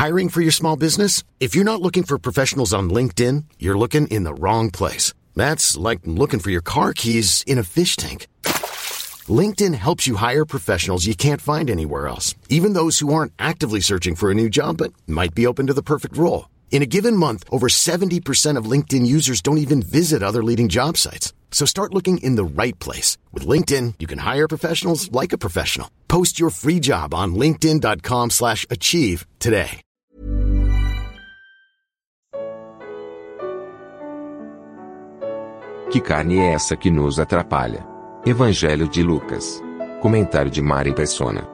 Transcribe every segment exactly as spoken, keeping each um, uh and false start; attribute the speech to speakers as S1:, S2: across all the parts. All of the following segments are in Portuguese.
S1: Hiring for your small business? If you're not looking for professionals on LinkedIn, you're looking in the wrong place. That's like looking for your car keys in a fish tank. LinkedIn helps you hire professionals you can't find anywhere else, even those who aren't actively searching for a new job but might be open to the perfect role. In a given month, over seventy percent of LinkedIn users don't even visit other leading job sites. So start looking in the right place. With LinkedIn, you can hire professionals like a professional. Post your free job on linkedin dot com slash achieve today.
S2: Que carne é essa que nos atrapalha? Evangelho de Lucas. Comentário de Mari Persona.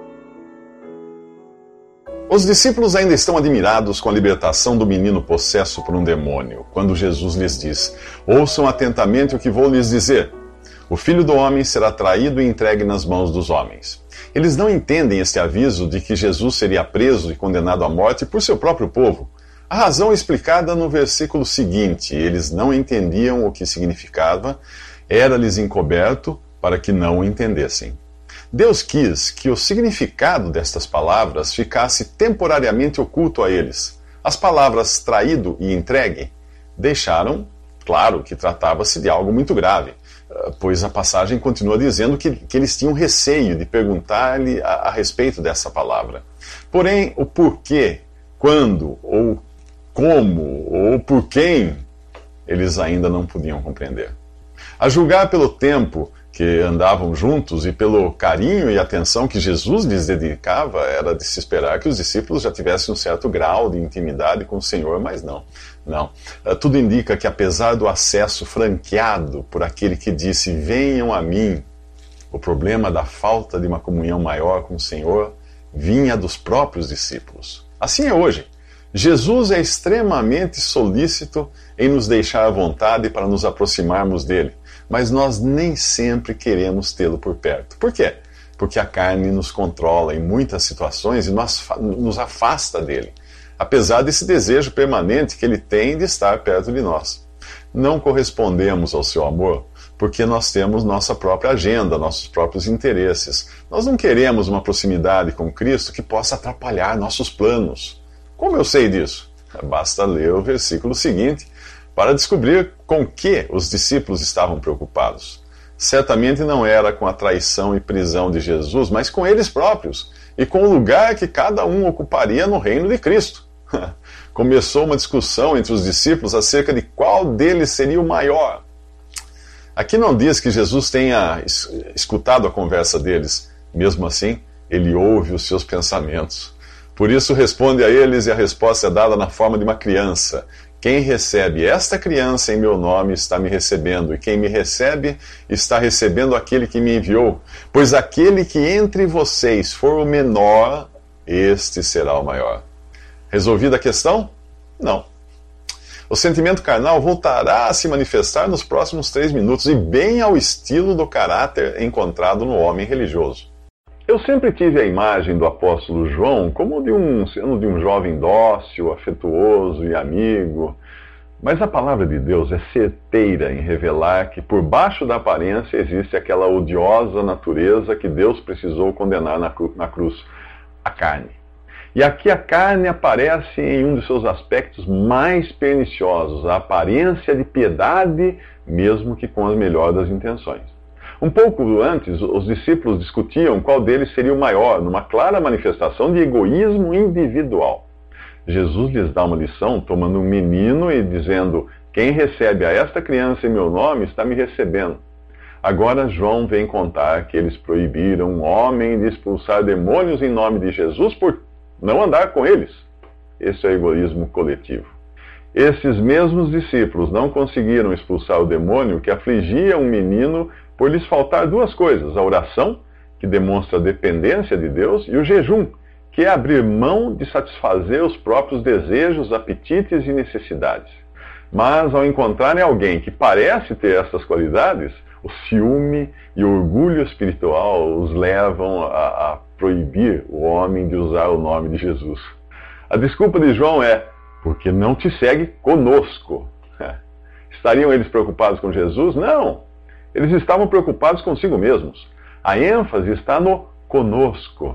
S3: Os discípulos ainda estão admirados com a libertação do menino possesso por um demônio, quando Jesus lhes diz: ouçam atentamente o que vou lhes dizer. O Filho do Homem será traído e entregue nas mãos dos homens. Eles não entendem este aviso de que Jesus seria preso e condenado à morte por seu próprio povo. A razão é explicada no versículo seguinte: eles não entendiam o que significava, era-lhes encoberto para que não o entendessem. Deus quis que o significado destas palavras ficasse temporariamente oculto a eles. As palavras traído e entregue deixaram claro que tratava-se de algo muito grave, pois a passagem continua dizendo que, que eles tinham receio de perguntar-lhe a, a respeito dessa palavra. Porém, o porquê, quando, ou como, ou por quem, eles ainda não podiam compreender. A julgar pelo tempo que andavam juntos e pelo carinho e atenção que Jesus lhes dedicava, era de se esperar que os discípulos já tivessem um certo grau de intimidade com o Senhor, mas não. Não. Tudo indica que, apesar do acesso franqueado por aquele que disse: venham a mim, o problema da falta de uma comunhão maior com o Senhor vinha dos próprios discípulos. Assim é hoje. Jesus é extremamente solícito em nos deixar à vontade para nos aproximarmos dele, mas nós nem sempre queremos tê-lo por perto. Por quê? Porque a carne nos controla em muitas situações e nos afasta dele, apesar desse desejo permanente que ele tem de estar perto de nós. Não correspondemos ao seu amor porque nós temos nossa própria agenda, nossos próprios interesses. Nós não queremos uma proximidade com Cristo que possa atrapalhar nossos planos. Como eu sei disso? Basta ler o versículo seguinte para descobrir com que os discípulos estavam preocupados. Certamente não era com a traição e prisão de Jesus, mas com eles próprios e com o lugar que cada um ocuparia no reino de Cristo. Começou uma discussão entre os discípulos acerca de qual deles seria o maior. Aqui não diz que Jesus tenha escutado a conversa deles. Mesmo assim, ele ouve os seus pensamentos. Por isso responde a eles, e a resposta é dada na forma de uma criança. Quem recebe esta criança em meu nome está me recebendo, e quem me recebe está recebendo aquele que me enviou. Pois aquele que entre vocês for o menor, este será o maior. Resolvida a questão? Não. O sentimento carnal voltará a se manifestar nos próximos três minutos, e bem ao estilo do caráter encontrado no homem religioso. Eu sempre tive a imagem do apóstolo João como de um, de um jovem dócil, afetuoso e amigo. Mas a palavra de Deus é certeira em revelar que por baixo da aparência existe aquela odiosa natureza que Deus precisou condenar na, cru, na cruz, a carne. E aqui a carne aparece em um de seus aspectos mais perniciosos, a aparência de piedade, mesmo que com as melhores das intenções. Um pouco antes, os discípulos discutiam qual deles seria o maior, numa clara manifestação de egoísmo individual. Jesus lhes dá uma lição, tomando um menino e dizendo: quem recebe a esta criança em meu nome está me recebendo. Agora João vem contar que eles proibiram um homem de expulsar demônios em nome de Jesus por não andar com eles. Esse é o egoísmo coletivo. Esses mesmos discípulos não conseguiram expulsar o demônio que afligia um menino por lhes faltar duas coisas: a oração, que demonstra a dependência de Deus, e o jejum, que é abrir mão de satisfazer os próprios desejos, apetites e necessidades. Mas ao encontrarem alguém que parece ter essas qualidades, o ciúme e o orgulho espiritual os levam a, a proibir o homem de usar o nome de Jesus. A desculpa de João é: porque não te segue conosco. Estariam eles preocupados com Jesus? Não! Eles estavam preocupados consigo mesmos. A ênfase está no conosco.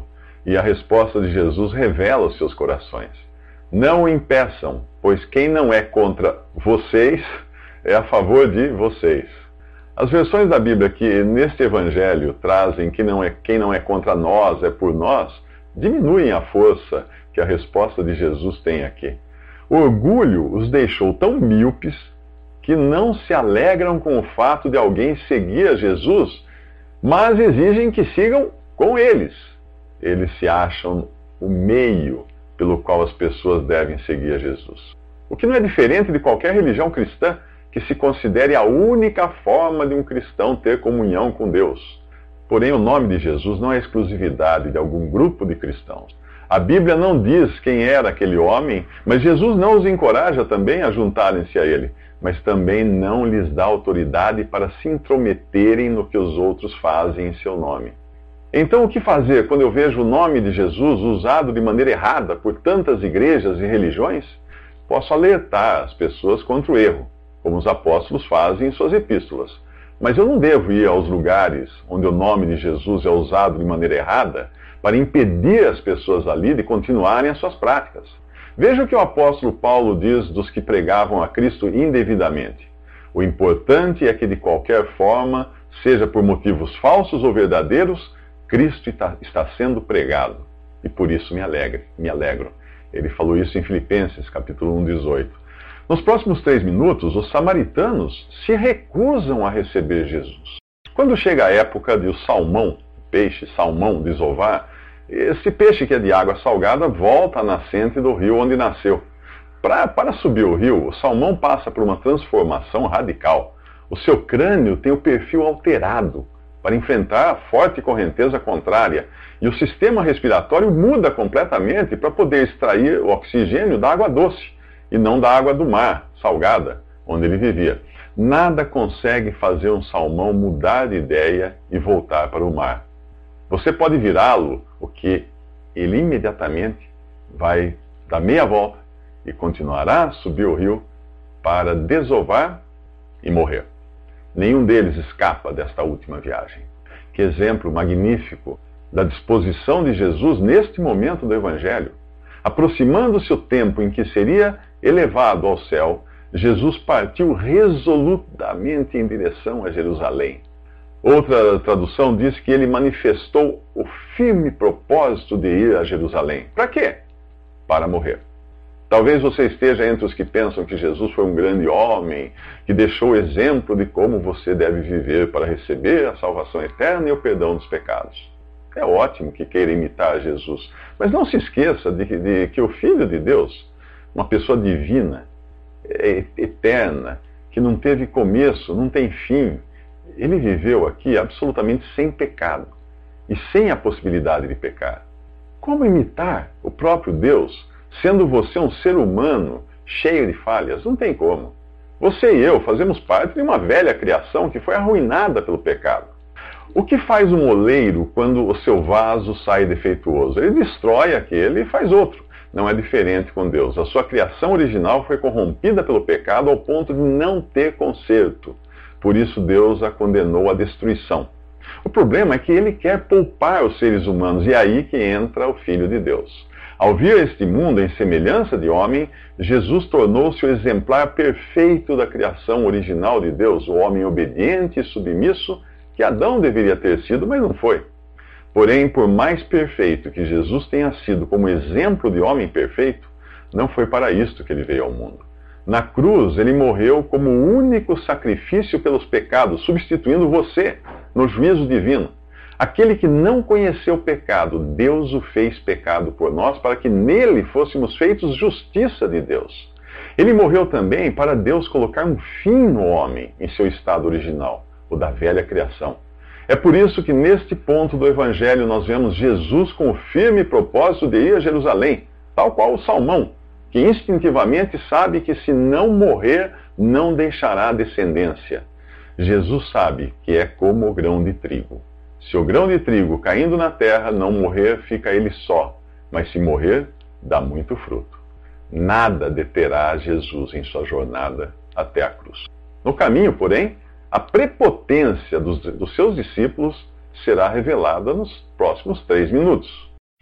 S3: E a resposta de Jesus revela os seus corações. Não o impeçam, pois quem não é contra vocês é a favor de vocês. As versões da Bíblia que neste evangelho trazem que não é, quem não é contra nós é por nós, diminuem a força que a resposta de Jesus tem aqui. O orgulho os deixou tão míopes que não se alegram com o fato de alguém seguir a Jesus, mas exigem que sigam com eles. Eles se acham o meio pelo qual as pessoas devem seguir a Jesus. O que não é diferente de qualquer religião cristã que se considere a única forma de um cristão ter comunhão com Deus. Porém, o nome de Jesus não é exclusividade de algum grupo de cristãos. A Bíblia não diz quem era aquele homem, mas Jesus não os encoraja também a juntarem-se a ele, mas também não lhes dá autoridade para se intrometerem no que os outros fazem em seu nome. Então, o que fazer quando eu vejo o nome de Jesus usado de maneira errada por tantas igrejas e religiões? Posso alertar as pessoas contra o erro, como os apóstolos fazem em suas epístolas. Mas eu não devo ir aos lugares onde o nome de Jesus é usado de maneira errada para impedir as pessoas ali de continuarem as suas práticas. Veja o que o apóstolo Paulo diz dos que pregavam a Cristo indevidamente. O importante é que, de qualquer forma, seja por motivos falsos ou verdadeiros, Cristo está sendo pregado. E por isso me alegro. Me alegro. Ele falou isso em Filipenses, capítulo um, dezoito. Nos próximos três minutos, os samaritanos se recusam a receber Jesus. Quando chega a época de o salmão, peixe, salmão, desovar, esse peixe que é de água salgada volta à nascente do rio onde nasceu. Pra, para subir o rio, o salmão passa por uma transformação radical. O seu crânio tem o perfil alterado para enfrentar a forte correnteza contrária. E o sistema respiratório muda completamente para poder extrair o oxigênio da água doce e não da água do mar, salgada, onde ele vivia. Nada consegue fazer um salmão mudar de ideia e voltar para o mar. Você pode virá-lo, o que ele imediatamente vai dar meia volta e continuará a subir o rio para desovar e morrer. Nenhum deles escapa desta última viagem. Que exemplo magnífico da disposição de Jesus neste momento do Evangelho. Aproximando-se o tempo em que seria elevado ao céu, Jesus partiu resolutamente em direção a Jerusalém. Outra tradução diz que ele manifestou o firme propósito de ir a Jerusalém. Para quê? Para morrer. Talvez você esteja entre os que pensam que Jesus foi um grande homem, que deixou exemplo de como você deve viver para receber a salvação eterna e o perdão dos pecados. É ótimo que queira imitar Jesus, mas não se esqueça de, de que o Filho de Deus, uma pessoa divina, eterna, que não teve começo, não tem fim, ele viveu aqui absolutamente sem pecado e sem a possibilidade de pecar. Como imitar o próprio Deus, sendo você um ser humano cheio de falhas? Não tem como. Você e eu fazemos parte de uma velha criação que foi arruinada pelo pecado. O que faz um oleiro quando o seu vaso sai defeituoso? Ele destrói aquele e faz outro. Não é diferente com Deus. A sua criação original foi corrompida pelo pecado ao ponto de não ter conserto. Por isso Deus a condenou à destruição. O problema é que ele quer poupar os seres humanos, e é aí que entra o Filho de Deus. Ao vir a este mundo em semelhança de homem, Jesus tornou-se o exemplar perfeito da criação original de Deus, o homem obediente e submisso que Adão deveria ter sido, mas não foi. Porém, por mais perfeito que Jesus tenha sido como exemplo de homem perfeito, não foi para isto que ele veio ao mundo. Na cruz, ele morreu como o único sacrifício pelos pecados, substituindo você no juízo divino. Aquele que não conheceu o pecado, Deus o fez pecado por nós, para que nele fôssemos feitos justiça de Deus. Ele morreu também para Deus colocar um fim no homem em seu estado original, o da velha criação. É por isso que neste ponto do Evangelho nós vemos Jesus com o firme propósito de ir a Jerusalém, tal qual o Salmão, que instintivamente sabe que se não morrer, não deixará descendência. Jesus sabe que é como o grão de trigo. Se o grão de trigo caindo na terra não morrer, fica ele só, mas se morrer, dá muito fruto. Nada deterá Jesus em sua jornada até a cruz. No caminho, porém, a prepotência dos, dos seus discípulos será revelada nos próximos três minutos.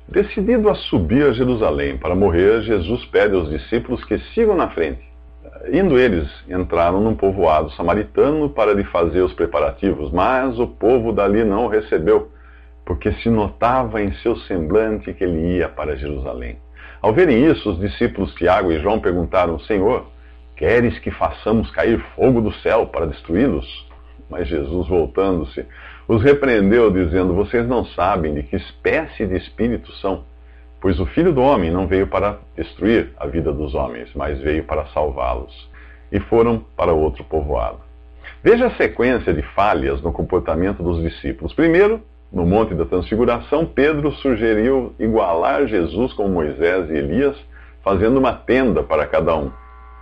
S3: Decidido a subir a Jerusalém para morrer, Jesus pede aos discípulos que sigam na frente. Indo eles, entraram num povoado samaritano para lhe fazer os preparativos, mas o povo dali não o recebeu, porque se notava em seu semblante que ele ia para Jerusalém. Ao verem isso, os discípulos Tiago e João perguntaram: Senhor, queres que façamos cair fogo do céu para destruí-los? Mas Jesus, voltando-se, os repreendeu, dizendo: vocês não sabem de que espécie de espírito são, pois o Filho do Homem não veio para destruir a vida dos homens, mas veio para salvá-los. E foram para outro povoado. Veja a sequência de falhas no comportamento dos discípulos. Primeiro, no Monte da Transfiguração, Pedro sugeriu igualar Jesus com Moisés e Elias, fazendo uma tenda para cada um.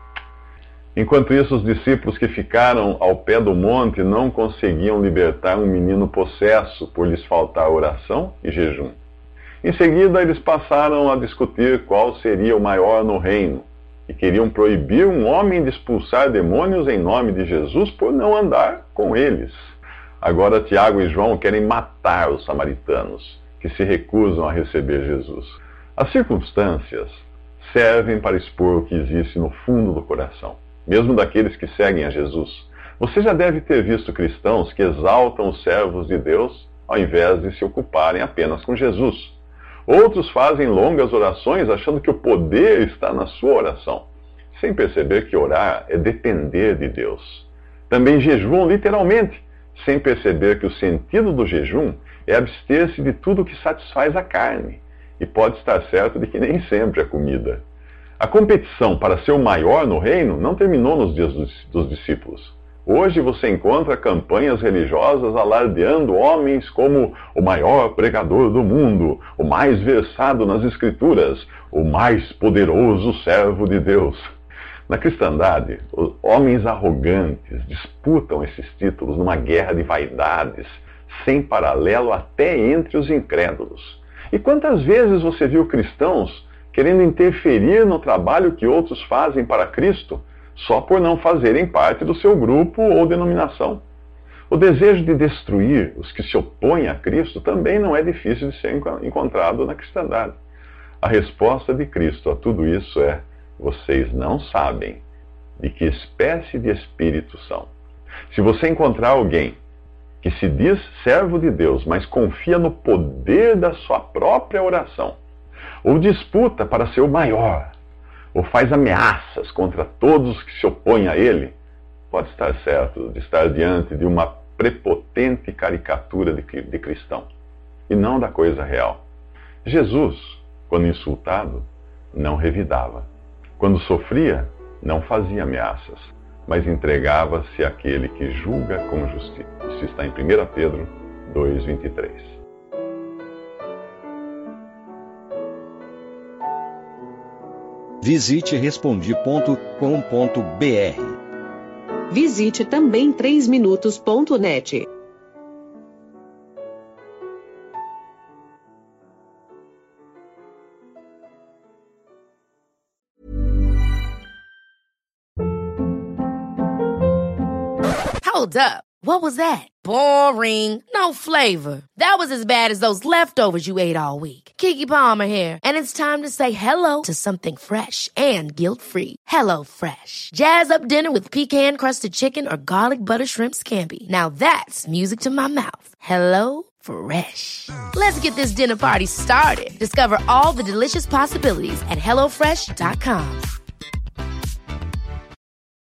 S3: Enquanto isso, os discípulos que ficaram ao pé do monte não conseguiam libertar um menino possesso, por lhes faltar oração e jejum. Em seguida, eles passaram a discutir qual seria o maior no reino, e queriam proibir um homem de expulsar demônios em nome de Jesus por não andar com eles. Agora, Tiago e João querem matar os samaritanos, que se recusam a receber Jesus. As circunstâncias servem para expor o que existe no fundo do coração, mesmo daqueles que seguem a Jesus. Você já deve ter visto cristãos que exaltam os servos de Deus ao invés de se ocuparem apenas com Jesus. Outros fazem longas orações achando que o poder está na sua oração, sem perceber que orar é depender de Deus. Também jejuam literalmente, sem perceber que o sentido do jejum é abster-se de tudo que satisfaz a carne, e pode estar certo de que nem sempre é comida. A competição para ser o maior no reino não terminou nos dias dos, dos discípulos. Hoje você encontra campanhas religiosas alardeando homens como o maior pregador do mundo, o mais versado nas Escrituras, o mais poderoso servo de Deus. Na cristandade, os homens arrogantes disputam esses títulos numa guerra de vaidades, sem paralelo até entre os incrédulos. E quantas vezes você viu cristãos querendo interferir no trabalho que outros fazem para Cristo, só por não fazerem parte do seu grupo ou denominação? O desejo de destruir os que se opõem a Cristo também não é difícil de ser encontrado na cristandade. A resposta de Cristo a tudo isso é: vocês não sabem de que espécie de espírito são. Se você encontrar alguém que se diz servo de Deus, mas confia no poder da sua própria oração, ou disputa para ser o maior, ou faz ameaças contra todos os que se opõem a ele, pode estar certo de estar diante de uma prepotente caricatura de, de cristão, e não da coisa real. Jesus, quando insultado, não revidava. Quando sofria, não fazia ameaças, mas entregava-se àquele que julga com justiça. Isso está em primeira Pedro dois, vinte e três.
S4: Visite respondi ponto com ponto br.
S5: Visite também três minutos ponto net.
S6: Hold up. What was that? Boring. No flavor. That was as bad as those leftovers you ate all week. Keke Palmer here, and it's time to say hello to something fresh and guilt-free. Hello Fresh. Jazz up dinner with pecan-crusted chicken or garlic butter shrimp scampi. Now that's music to my mouth. Hello Fresh. Let's get this dinner party started. Discover all the delicious possibilities at hello fresh dot com.